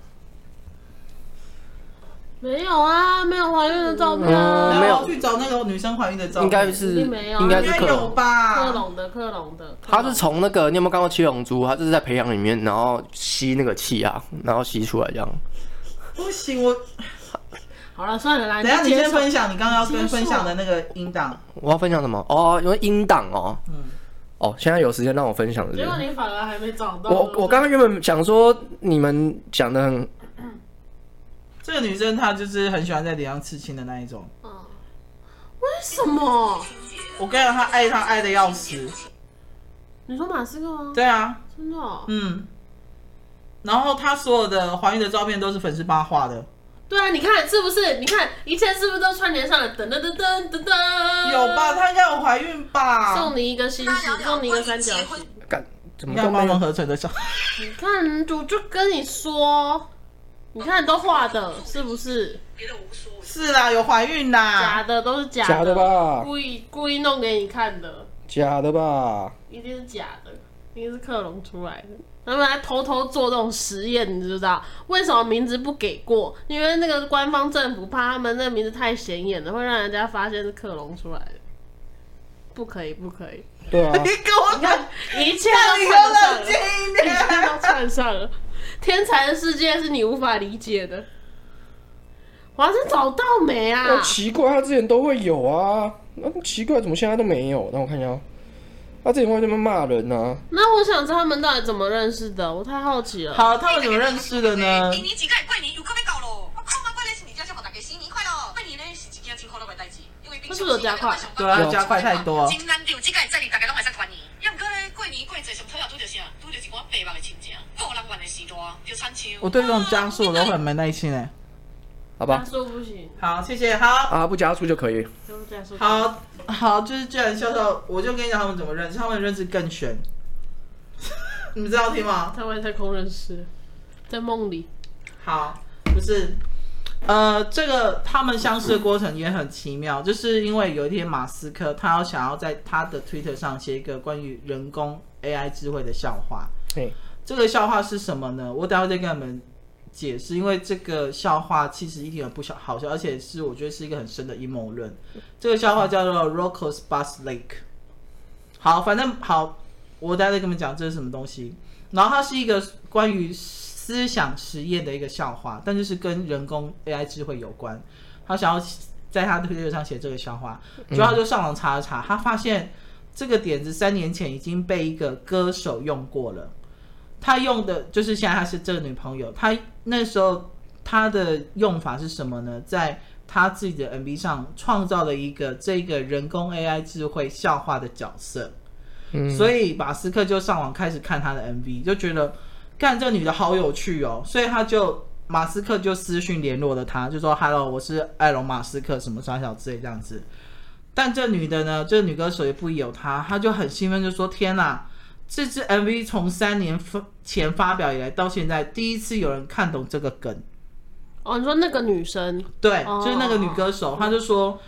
没有啊，没有怀孕的照片啊， 嗯、没有去找那个女生怀孕的照片， 应该是应该是克隆吧， 克隆的克隆的。 他是从那个你有没有看过七龙珠？他就是在培养里面，然后吸那个气啊，然后吸出来这样。 不行，我。 好了，算了啦。 等一下你先分享你刚刚要跟分享的那个音档。 我要分享什么？哦，因为音档哦。嗯。哦，现在有时间让我分享的。 结果你反而还没找到。 我我刚刚原本想说你们讲的很。 这个女生她就是很喜欢在脸上刺青的那一种。 嗯。为什么？ 我跟你讲，她爱她爱的要死。 你说马斯克吗？ 对啊。 真的、哦。 嗯。然后她所有的怀孕的照片都是粉丝帮她画的。 对啊，你看是不是？你看一切是不是都串联上了？噔噔噔噔噔噔。 有吧？她应该有怀孕吧？ 送你一个星星，送你一个三角形。 干，怎么都帮忙合成的小？ 你看，我就跟你说，你看都画的，是不是？ 是啦，有怀孕啦。 假的都是假的。 假的吧？ 故意故意弄给你看的。 假的吧？ 一定是假的，一定是克隆出来的。他们还偷偷做这种实验，你知道为什么名字不给过？因为那个官方政府怕他们那个名字太显眼了，会让人家发现是克隆出来的。不可以，不可以。 对啊。 你跟我看，一切都串上了，一切都串上了。天才的世界是你无法理解的。华生找到没啊？ 奇怪，他之前都会有啊，那奇怪，怎么现在都没有？让我看一下。他之前会这么骂人呢、啊？ 那我想知道他们到底怎么认识的，我太好奇了。 好，他们怎么认识的呢？ 今年几个过年又快要到了，我看嘛，过年是你家先给大家新年快乐。过年呢是一件真可乐的代志，因为平常是不是有加快？ 对啊，加快太多。 真难得这个节日大家拢会使团圆，要唔过咧过年过节上讨厌拄着啥？拄着一寡白目的亲戚，好人缘的时代，就亲像。 我对这种加速我都很没耐心诶。 好吧。 加速不行。 好，谢谢。好。 啊，不加速就可以。 好。好，就是既然笑笑，我就跟你讲他们怎么认识，他们认识更玄。你们知道听吗？ 在外太空认识，在梦里。 好，不是，呃，这个他们相识的过程也很奇妙，就是因为有一天马斯克他要想要在他的 Twitter 上写一个关于人工 A I 智慧的笑话。 对， 这个笑话是什么呢？我等一下再跟你们解释，因为这个笑话其实一点也不好笑，而且是我觉得是一个很深的阴谋论。这个笑话叫做 Rocko's Bus Lake。好，反正好，我待会再跟你们讲这是什么东西。然后它是一个关于思想实验的一个笑话，但就是跟人工 A I 智慧有关。他想要在他的推特上写这个笑话，主要就上网查了查，他发现这个点子三年前已经被一个歌手用过了。他用的就是现在他是这个女朋友，他那时候他的用法是什么呢？在他自己的 M V 上创造了一个这个人工 A I 智慧笑话的角色，嗯、所以马斯克就上网开始看他的 M V， 就觉得干这女的好有趣哦，所以他就马斯克就私讯联络了他，就说 Hello， 我是艾隆马斯克什么啥小之类这样子。但这女的呢，这女歌手也不疑有他，她就很兴奋就说天哪！这支 M V 从三年前发表以来到现在，第一次有人看懂这个梗。 哦，你说那个女生？ 对，哦、就是那个女歌手，她就说，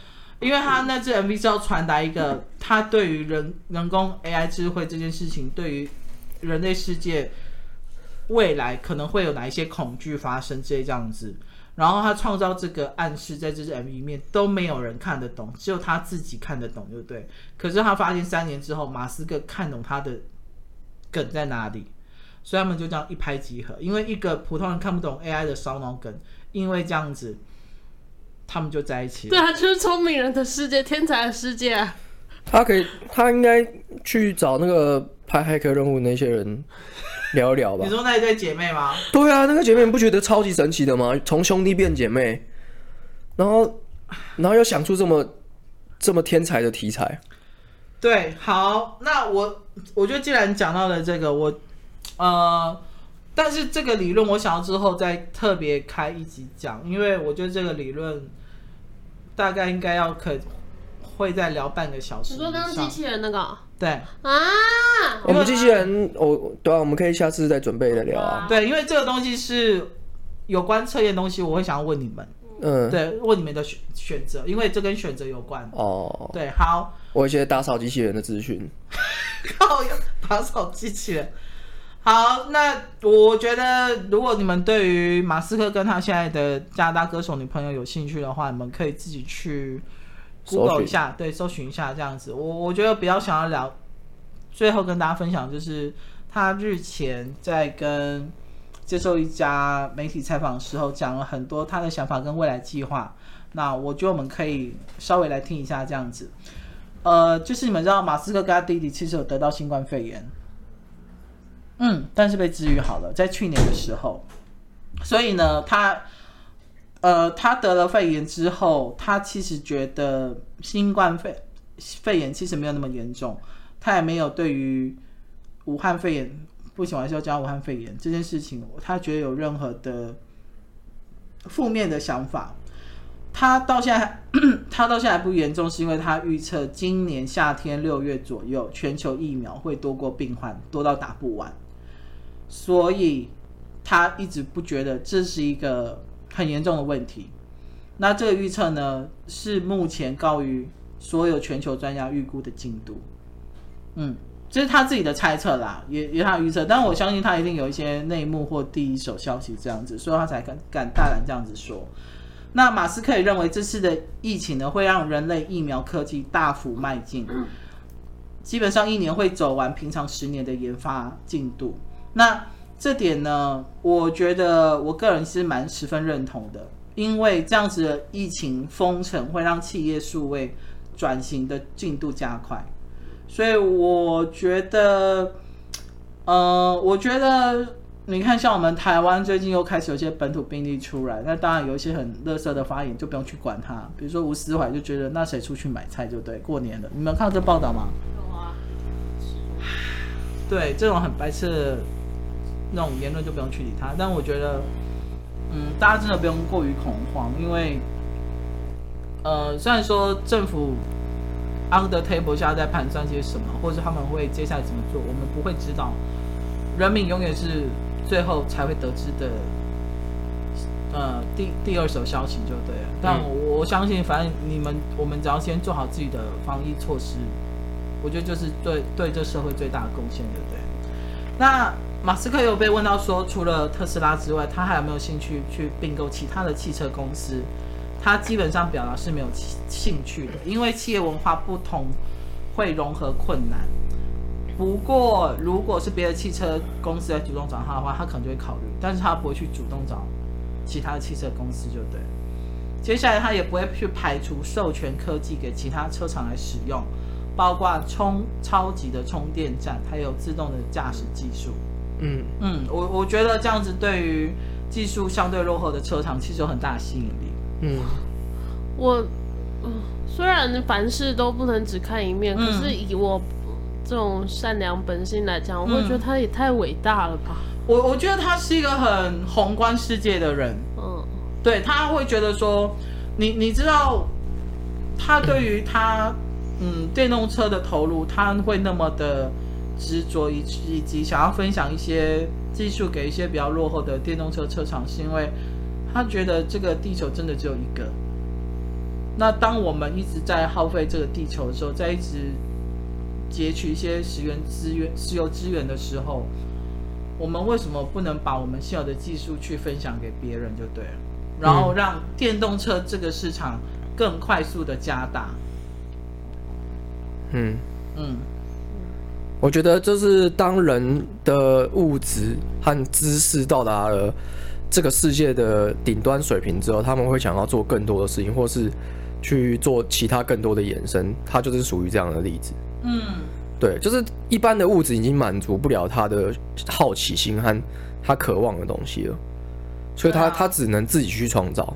因为他那支 M V 是要传达一个他对于人人工 A I 智慧这件事情，对于人类世界未来可能会有哪一些恐惧发生这样子。然后他创造这个暗示在这支 M V 里面都没有人看得懂，只有他自己看得懂，对不对？可是他发现三年之后，马斯克看懂他的梗在哪里，所以他们就这样一拍即合。因为一个普通人看不懂 A I 的烧脑梗，因为这样子，他们就在一起了。 对啊，就是聪明人的世界，天才的世界啊。 他可以，他应该去找那个拍骇客任务那些人聊一聊吧。 你说那一对姐妹吗？ 对啊，那个姐妹你不觉得超级神奇的吗？从兄弟变姐妹，然后，然后又想出这么这么天才的题材。 对，好，那我我觉得既然讲到了这个，我呃，但是这个理论我想要之后再特别开一集讲，因为我觉得这个理论大概应该要可会再聊半个小时以上。 你说刚刚机器人那个？ 对啊， 我们机器人，哦，对啊，我们可以下次再准备的聊啊。 对，因为这个东西是有关测验东西，我会想要问你们。嗯，对，问你们的选选择，因为这跟选择有关。哦，对，好。 我有一些打扫机器人的资讯。 靠，打扫机器人。好，那我觉得如果你们对于马斯克跟他现在的加拿大歌手女朋友有兴趣的话，你们可以自己去 Google 一下，对，搜寻一下这样子。我我觉得比较想要聊，最后跟大家分享就是他日前在跟接受一家媒体采访的时候，讲了很多他的想法跟未来计划。那我觉得我们可以稍微来听一下这样子。呃，就是你们知道马斯克跟他弟弟其实有得到新冠肺炎，嗯，但是被治愈好了，在去年的时候。所以呢，他呃他得了肺炎之后，他其实觉得新冠肺肺炎其实没有那么严重，他也没有对于武汉肺炎，不行，我还是要讲武汉肺炎这件事情，他觉得有任何的负面的想法。他到现在，他到现在还不严重，是因为他预测今年夏天六月左右，全球疫苗会多过病患，多到打不完，所以他一直不觉得这是一个很严重的问题。那这个预测呢，是目前高于所有全球专家预估的进度。嗯，这是他自己的猜测啦，也也他的预测，但我相信他一定有一些内幕或第一手消息这样子，所以他才敢敢大胆这样子说。那马斯克也认为这次的疫情呢，会让人类疫苗科技大幅迈进，基本上一年会走完平常十年的研发进度。那这点呢，我觉得我个人是蛮十分认同的，因为这样子的疫情封城会让企业数位转型的进度加快，所以我觉得，呃，我觉得。你看，像我们台湾最近又开始有些本土病例出来，那当然有一些很垃圾的发言就不用去管它。比如说吴思怀就觉得那谁出去买菜就对，过年了，你们有看到这报道吗？ 有啊。 对，这种很白痴的那种言论就不用去理他。但我觉得，嗯，大家真的不用过于恐慌，因为，呃，虽然说政府 under table 下在盘算些什么，或者他们会接下来怎么做，我们不会知道。人民永远是最后才会得知的，呃，第第二手消息就对了。但我我相信，反正你们我们只要先做好自己的防疫措施，我觉得就是对对这社会最大的贡献，对不对？那马斯克有被问到说，除了特斯拉之外，他还有没有兴趣去并购其他的汽车公司？他基本上表达是没有兴趣的，因为企业文化不同，会融合困难。不过，如果是别的汽车公司来主动找他的话，他可能就会考虑，但是他不会去主动找其他的汽车公司，就对了。接下来，他也不会去排除授权科技给其他车厂来使用，包括充超级的充电站，还有自动的驾驶技术。嗯嗯，我我觉得这样子对于技术相对落后的车厂，其实有很大的吸引力。嗯， 我虽然凡事都不能只看一面，嗯、可是以我这种善良本性来讲，我会觉得他也太伟大了吧。 我我觉得他是一个很宏观世界的人，嗯，对，他会觉得说，你你知道，他对于他嗯电动车的投入，他会那么的执着，以以及想要分享一些技术给一些比较落后的电动车车厂，是因为他觉得这个地球真的只有一个， 那当我们一直在耗费这个地球的时候，在一直截取一些石原资源、石油资源的时候，我们为什么不能把我们现有的技术去分享给别人就对了，然后让电动车这个市场更快速的加大？ 嗯嗯，我觉得就是当人的物质和知识到达了这个世界的顶端水平之后，他们会想要做更多的事情，或是去做其他更多的延伸，它就是属于这样的例子。嗯，对，就是一般的物质已经满足不了他的好奇心和他渴望的东西了，所以他、啊、他只能自己去创造。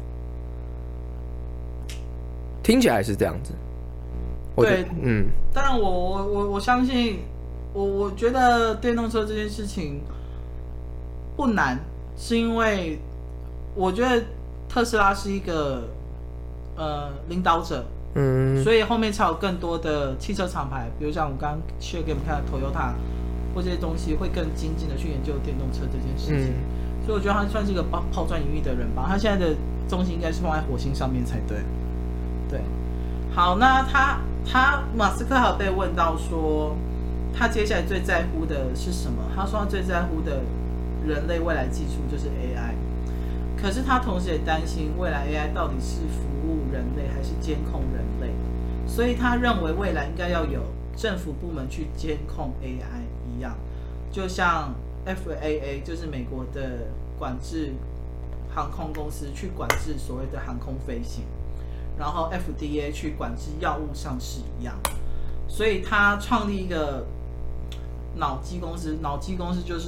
听起来是这样子。 对，嗯，当然我我我我相信，我我觉得电动车这件事情不难，是因为我觉得特斯拉是一个呃领导者。嗯，所以后面才有更多的汽车厂牌，比如像我刚刚 share 给我们看的 Toyota 或这些东西，会更精进的去研究电动车这件事情。嗯、所以我觉得他算是一个抛砖引玉的人吧。他现在的重心应该是放在火星上面才对。对，好，那他他马斯克还有被问到说，他接下来最在乎的是什么？他说他最在乎的人类未来技术就是 A I。可是他同时也担心未来 A I 到底是服务人类还是监控人类，所以他认为未来应该要有政府部门去监控 A I 一样，就像 F A A 就是美国的管制航空公司去管制所谓的航空飞行，然后 F D A 去管制药物上市一样。所以他创立一个脑机公司，脑机公司就是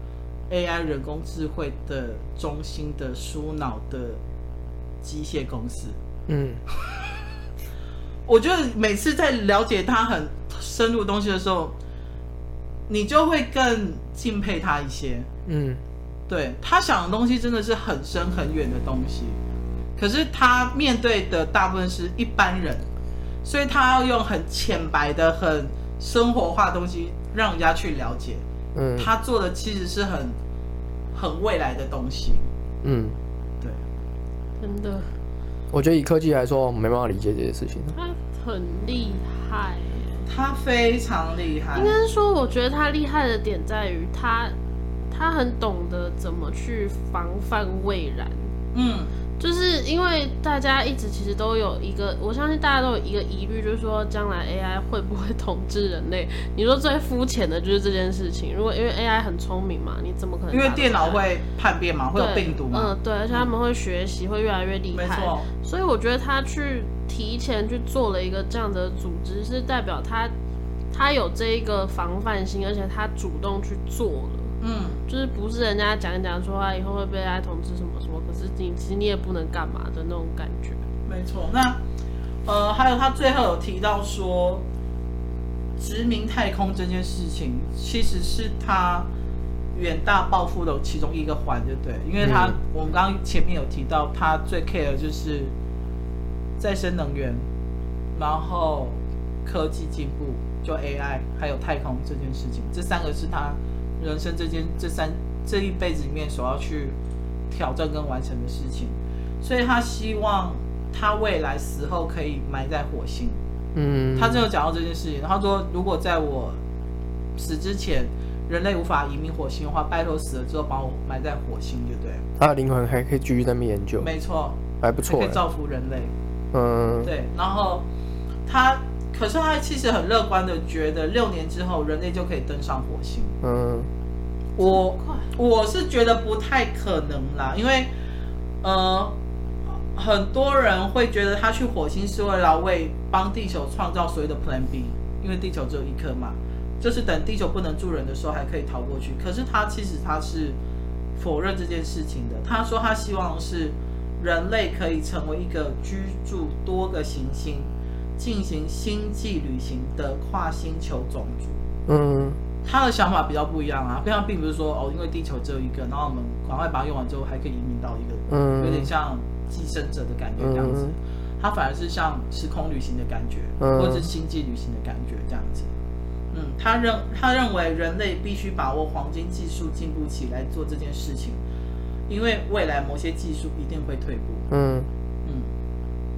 A I 人工智慧的中心的输脑的机械公司。嗯，我觉得每次在了解他很深入的东西的时候，你就会更敬佩他一些。嗯，对，他想的东西真的是很深很远的东西，可是他面对的大部分是一般人，所以他要用很浅白的、很生活化的东西让人家去了解。嗯，他做的其实是很很未来的东西。嗯，对， 真的。 我觉得以科技来说，没办法理解这些事情。 他很厉害， 他非常厉害。 应该说，我觉得他厉害的点在于他，他很懂得怎么去防范未然。嗯。就是因为大家一直其实都有一个，我相信大家都有一个疑虑，就是说将来 A I 会不会统治人类？你说最肤浅的就是这件事情。如果因为 A I 很聪明嘛，你怎么可能？ 因为电脑会叛变嘛，会有病毒嘛。 嗯，对，而且他们会学习，会越来越厉害。 没错。 所以我觉得他去提前去做了一个这样的组织，是代表他他有这一个防范心，而且他主动去做了。嗯，就是不是人家讲一讲说他以后会被 A I 统治什么什么，可是你其实你也不能干嘛的那种感觉。 没错，那呃，还有他最后有提到说，殖民太空这件事情其实是他远大抱负的其中一个环，对不对？因为他、嗯、我们刚刚前面有提到，他最 care 就是再生能源，然后科技进步，就 A I 还有太空这件事情，这三个是他人生这件这三这一辈子里面所要去挑战跟完成的事情，所以他希望他未来死后可以埋在火星。嗯，他真有讲到这件事情。他说，如果在我死之前，人类无法移民火星的话，拜托死了之后把我埋在火星，就对了。 他的灵魂还可以继续在那边研究。 没错， 还不错， 可以造福人类。嗯，对。然后他。可是他其实很乐观的觉得，六年之后人类就可以登上火星。嗯，我我是觉得不太可能啦，因为呃，很多人会觉得他去火星是为了为帮地球创造所谓的 Plan B， 因为地球只有一颗嘛，就是等地球不能住人的时候还可以逃过去。可是他其实他是否认这件事情的。他说他希望是人类可以成为一个居住多个行星，进行星际旅行的跨星球种族。嗯，他的想法比较不一样啊，非常并不是说哦，因为地球只有一个，然后我们赶快把它用完之后还可以移民到一个，嗯，有点像寄生者的感觉这样子。他反而是像时空旅行的感觉，或者是星际旅行的感觉这样子。嗯，他认他认为人类必须把握黄金技术进步起来做这件事情，因为未来某些技术一定会退步。嗯。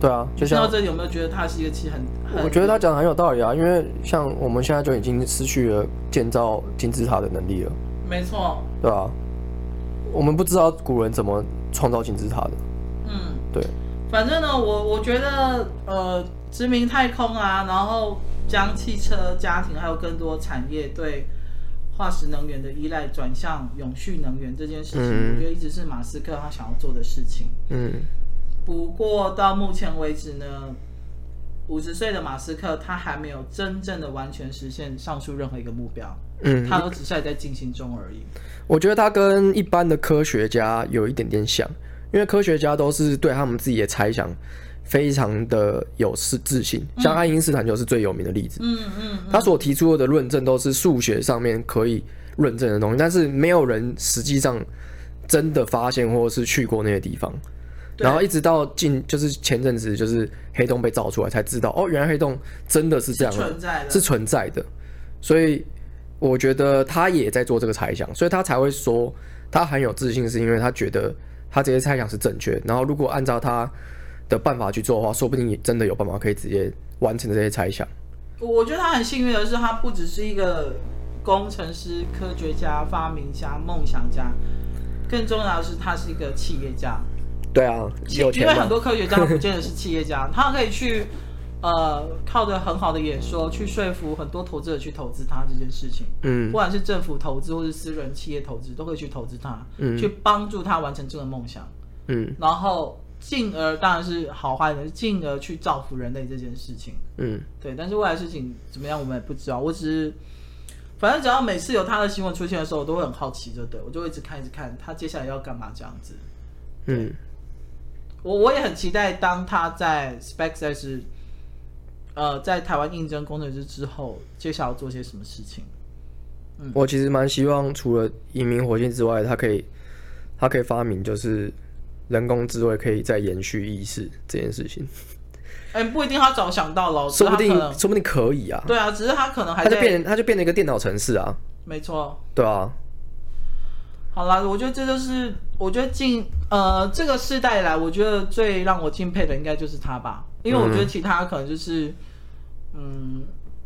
对啊，就像听到这里有没有觉得他是一个其实很，很我觉得他讲的很有道理啊，因为像我们现在就已经失去了建造金字塔的能力了。 没错， 对啊，我们不知道古人怎么创造金字塔的。 嗯， 对。 反正呢，我我觉得呃，殖民太空啊，然后将汽车、家庭还有更多产业对化石能源的依赖转向永续能源这件事情，嗯、我觉得一直是马斯克他想要做的事情。嗯。不过到目前为止呢，五十岁的马斯克他还没有真正的完全实现上述任何一个目标，嗯，他都只是还在进行中而已。 我觉得他跟一般的科学家有一点点像，因为科学家都是对他们自己的猜想非常的有自信，像爱因斯坦就是最有名的例子。嗯嗯，嗯他所提出的论证都是数学上面可以论证的东西，但是没有人实际上真的发现或是去过那些地方。然后一直到近就是前阵子，就是黑洞被造出来，才知道哦，原来黑洞真的是这样的，是存在的。是存在的。所以我觉得他也在做这个猜想，所以他才会说他很有自信，是因为他觉得他这些猜想是正确。然后如果按照他的办法去做的话，说不定也真的有办法可以直接完成这些猜想。 我觉得他很幸运的是，他不只是一个工程师、科学家、发明家、梦想家，更重要的是他是一个企业家。 对啊，有钱嘛。 因为很多科学家不见得是企业家，他可以去呃靠着很好的演说去说服很多投资者去投资他这件事情。嗯，不管是政府投资或是私人企业投资，都会去投资他，嗯，去帮助他完成这个梦想。嗯，然后进而当然是好坏的，进而去造福人类这件事情。嗯，对。但是未来事情怎么样，我们也不知道。我只是反正只要每次有他的新闻出现的时候，我都会很好奇，就对我就会一直看一直看他接下来要干嘛这样子。嗯。我我也很期待，当他在 SpaceX 呃在台湾应征工程师之后，接下来要做些什么事情。 嗯，我其实蛮希望，除了移民火星之外，他可以他可以发明就是人工智慧可以再延续意识这件事情。 哎、欸，不一定他早想到了， 说不定说不定可以啊。 对啊，只是他可能还在他就变他就变成一个电脑程式啊。 没错。 对啊。 好啦，我觉得这就是我觉得近呃这个世代来，我觉得最让我敬佩的应该就是他吧，因为我觉得其他可能就是嗯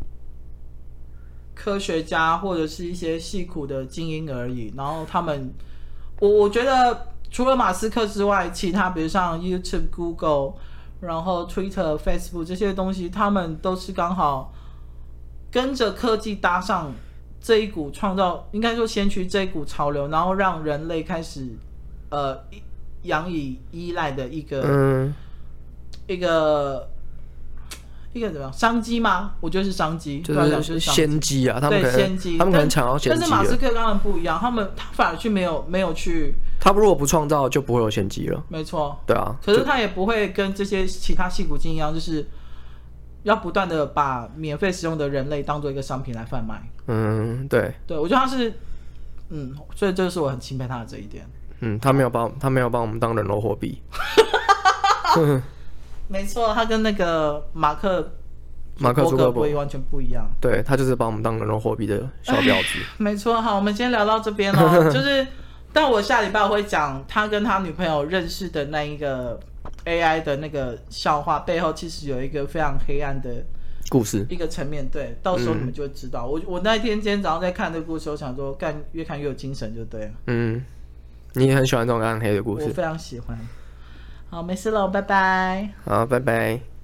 科学家或者是一些矽谷的精英而已。然后他们，我我觉得除了马斯克之外，其他比如像 YouTube、Google， 然后 Twitter、Facebook 这些东西，他们都是刚好跟着科技搭上这一股创造，应该说先驱这一股潮流，然后让人类开始呃养以依赖的一个、嗯、一个一个怎么样商机吗？我觉得是商机， 就是先机啊，他们可能先机，他们可能抢到先机。 但是马斯克当然不一样，他们他反而去没有没有去， 他如果不创造就不会有先机了。 没错， 对啊。 可是他也不会跟这些其他矽谷精英一样，就是要不断的把免费使用的人类当做一个商品来贩卖。嗯，对，对，我觉得他是，嗯，所以这是我很钦佩他的这一点。 嗯，他没有帮，他没有帮我们当人肉货币。 没错，他跟那个马克马克祖克伯完全不一样。 对，他就是把我们当人肉货币的小婊子。 没错，好，我们今天聊到这边了，就是，但我下礼拜我会讲他跟他女朋友认识的那一个 A I 的那个笑话背后，其实有一个非常黑暗的故事， 一个层面。对，到时候你们就会知道。嗯、我我那一天今天早上在看这个故事，我想说，干越看越有精神，就对了。 嗯，你也很喜欢这种暗黑的故事， 我非常喜欢。好，没事了，拜拜。 好，拜拜。